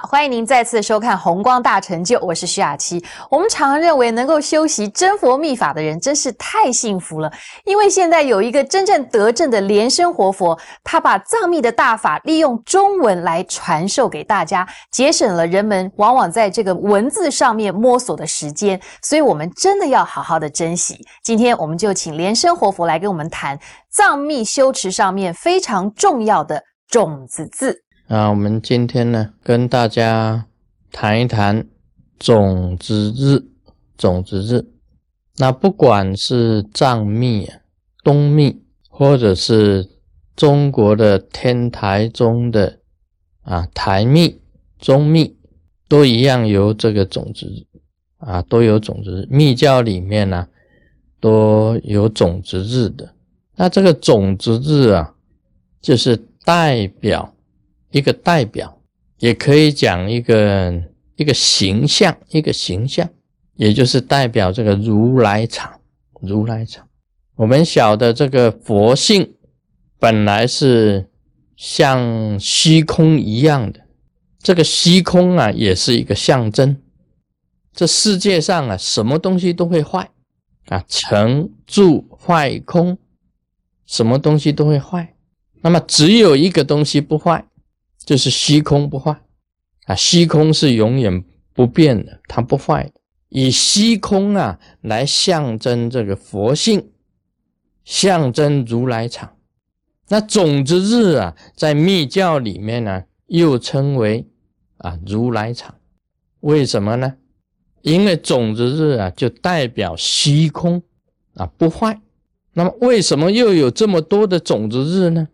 欢迎您再次收看《弘光大成就》，我是徐雅琪。我们常认为能够修习真佛密法的人真是太幸福了，因为现在有一个真正得证的莲生活佛，他把藏密的大法利用中文来传授给大家，节省了人们往往在这个文字上面摸索的时间，所以我们真的要好好的珍惜。今天我们就请莲生活佛来跟我们谈藏密修持上面非常重要的种子字。 我们今天呢，跟大家谈一谈种子日。种子日，那不管是藏密、东密，或者是中国的天台宗的台密、中密，都一样有这个种子日都有种子日。密教里面呢，都有种子日的。那这个种子日就是代表一个代表，也可以讲一个形象，也就是代表这个如来藏。我们晓得这个佛性本来是像虚空一样的，这个虚空也是一个象征。这世界上什么东西都会坏成住坏空，什么东西都会坏，那么只有一个东西不坏，就是虚空不坏虚空是永远不变的，它不坏的。以虚空来象征这个佛性，象征如来藏。那种子日在密教里面又称为如来藏。为什么呢？因为种子日就代表虚空不坏。那么为什么又有这么多的种子日呢？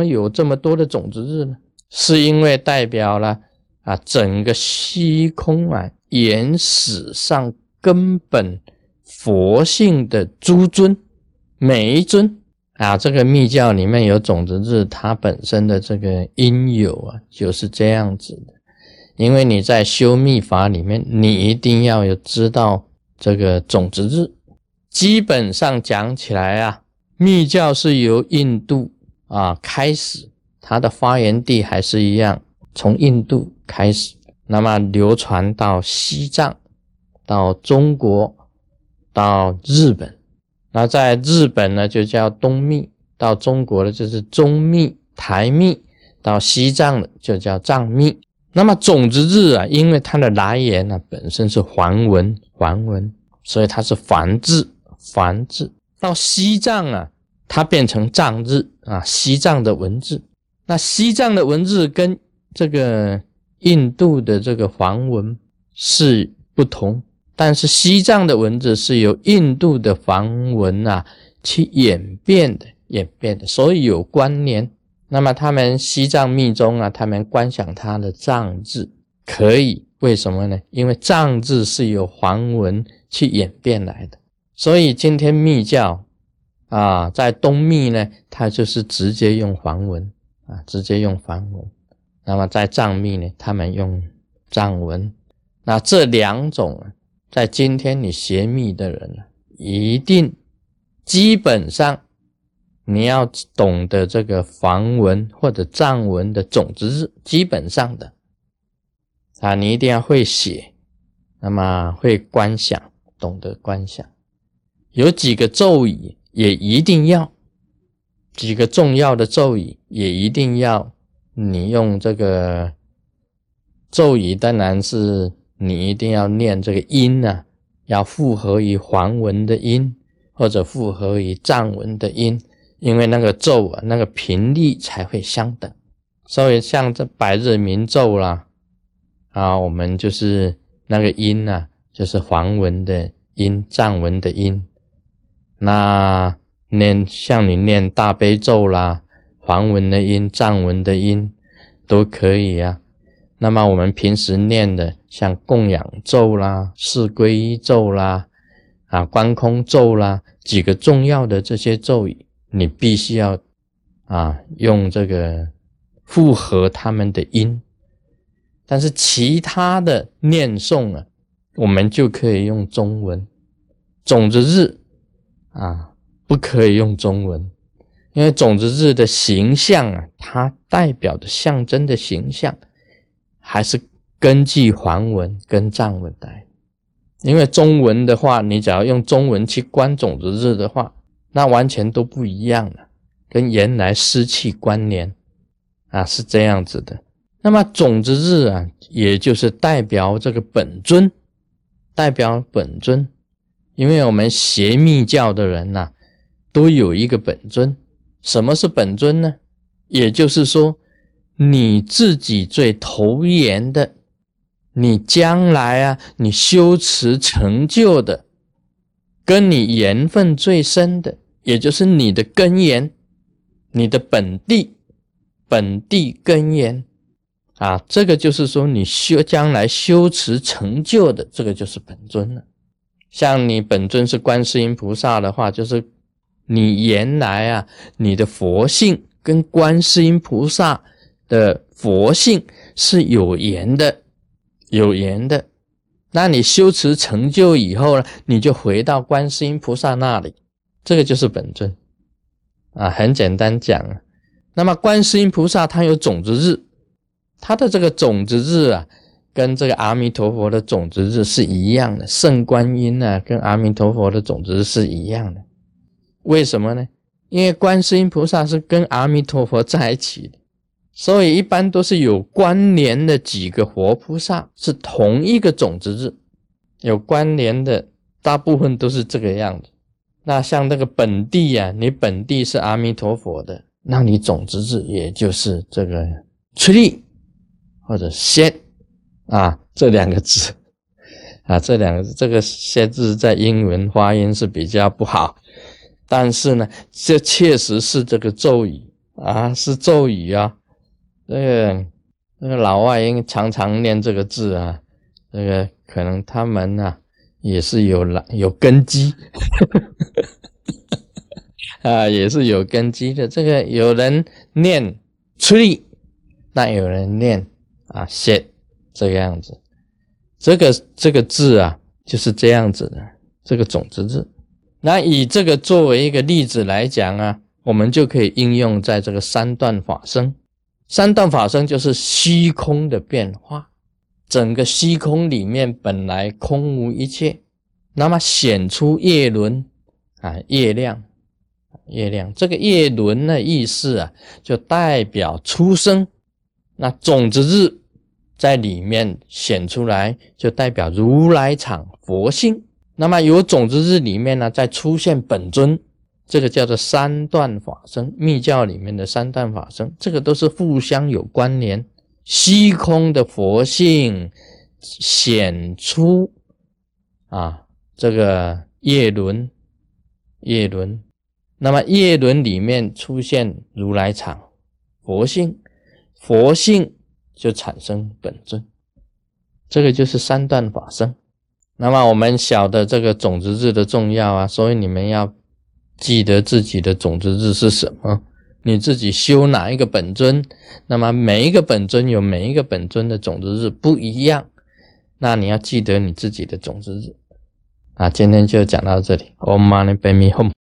是因为代表了整个虚空原始上根本佛性的诸尊，每一尊这个密教里面有种子日，它本身的这个因由就是这样子的。因为你在修密法里面，你一定要有知道这个种子日。基本上讲起来密教是由印度开始，它的发源地还是一样，从印度开始，那么流传到西藏，到中国，到日本。那在日本呢就叫东密，到中国的就是中密、台密，到西藏的就叫藏密。那么种子日因为它的来源本身是梵文，所以它是梵字。到西藏它变成藏日西藏的文字。那西藏的文字跟这个印度的这个梵文是不同，但是西藏的文字是由印度的梵文去演变的，所以有关联。那么他们西藏密宗他们观想它的藏字可以，为什么呢？因为藏字是由梵文去演变来的。所以今天密教在东密呢，它就是直接用梵文那么在藏密呢，他们用藏文。那这两种在今天你学密的人一定基本上你要懂得这个梵文或者藏文的种子日，基本上的你一定要会写，那么会观想，懂得观想。有几个咒语也一定要，几个重要的咒语也一定要，你用这个咒语当然是你一定要念这个音要符合于梵文的音，或者符合于藏文的音，因为那个咒那个频率才会相等。所以像这百日明咒啦我们就是那个音就是梵文的音，藏文的音。那像你念大悲咒啦，梵文的音，藏文的音都可以那么我们平时念的像供养咒啦，四皈依咒啦观空咒啦，几个重要的这些咒语，你必须要用这个符合他们的音。但是其他的念诵我们就可以用中文。种子日不可以用中文，因为种子日的形象它代表的象征的形象还是根据梵文跟藏文来。因为中文的话，你只要用中文去观种子日的话，那完全都不一样了，跟原来失去关联啊，是这样子的。那么种子日啊，也就是代表这个本尊，代表本尊。因为我们学密教的人啊，都有一个本尊。什么是本尊呢？也就是说，你自己最投缘的，你将来啊，你修持成就的，跟你缘分最深的，也就是你的根源，你的本地根源啊，这个就是说你将来修持成就的，这个就是本尊了。像你本尊是观世音菩萨的话，就是你原来啊，你的佛性跟观世音菩萨的佛性是有缘的，那你修持成就以后呢，你就回到观世音菩萨那里，这个就是本尊啊，很简单讲啊。那么观世音菩萨他有种子日，他的这个种子日啊，跟这个阿弥陀佛的种子日是一样的，圣观音啊跟阿弥陀佛的种子日是一样的。为什么呢？因为观世音菩萨是跟阿弥陀佛在一起的，所以一般都是有关联的几个活菩萨是同一个种子日，有关联的大部分都是这个样子。那像那个本地啊，你本地是阿弥陀佛的，那你种子日也就是这个出力或者先啊，这两个字啊，这两个字，这个些字在英文发音是比较不好，但是呢，这确实是这个咒语啊，是咒语啊。那个老外因常常念这个字啊，这个可能他们啊也是有根基啊，也是有根基的。这个有人念出力，那有人念啊谢，这个样子。这个字啊就是这样子的，这个种子字。那以这个作为一个例子来讲啊，我们就可以应用在这个三段法身。三段法身就是虚空的变化，整个虚空里面本来空无一切，那么显出月轮啊，月亮，这个月轮的意思啊，就代表出生。那种子日在里面显出来，就代表如来藏佛性。那么有种子日里面呢，再出现本尊，这个叫做三段法身，密教里面的三段法身，这个都是互相有关联。虚空的佛性显出啊，这个月轮，那么月轮里面出现如来藏佛性，佛性就产生本尊，这个就是三段法身。那么我们晓得这个种子日的重要啊，所以你们要记得自己的种子日是什么，你自己修哪一个本尊，那么每一个本尊有每一个本尊的种子日不一样，那你要记得你自己的种子日啊。今天就讲到这里。Om Mani Padme Hum。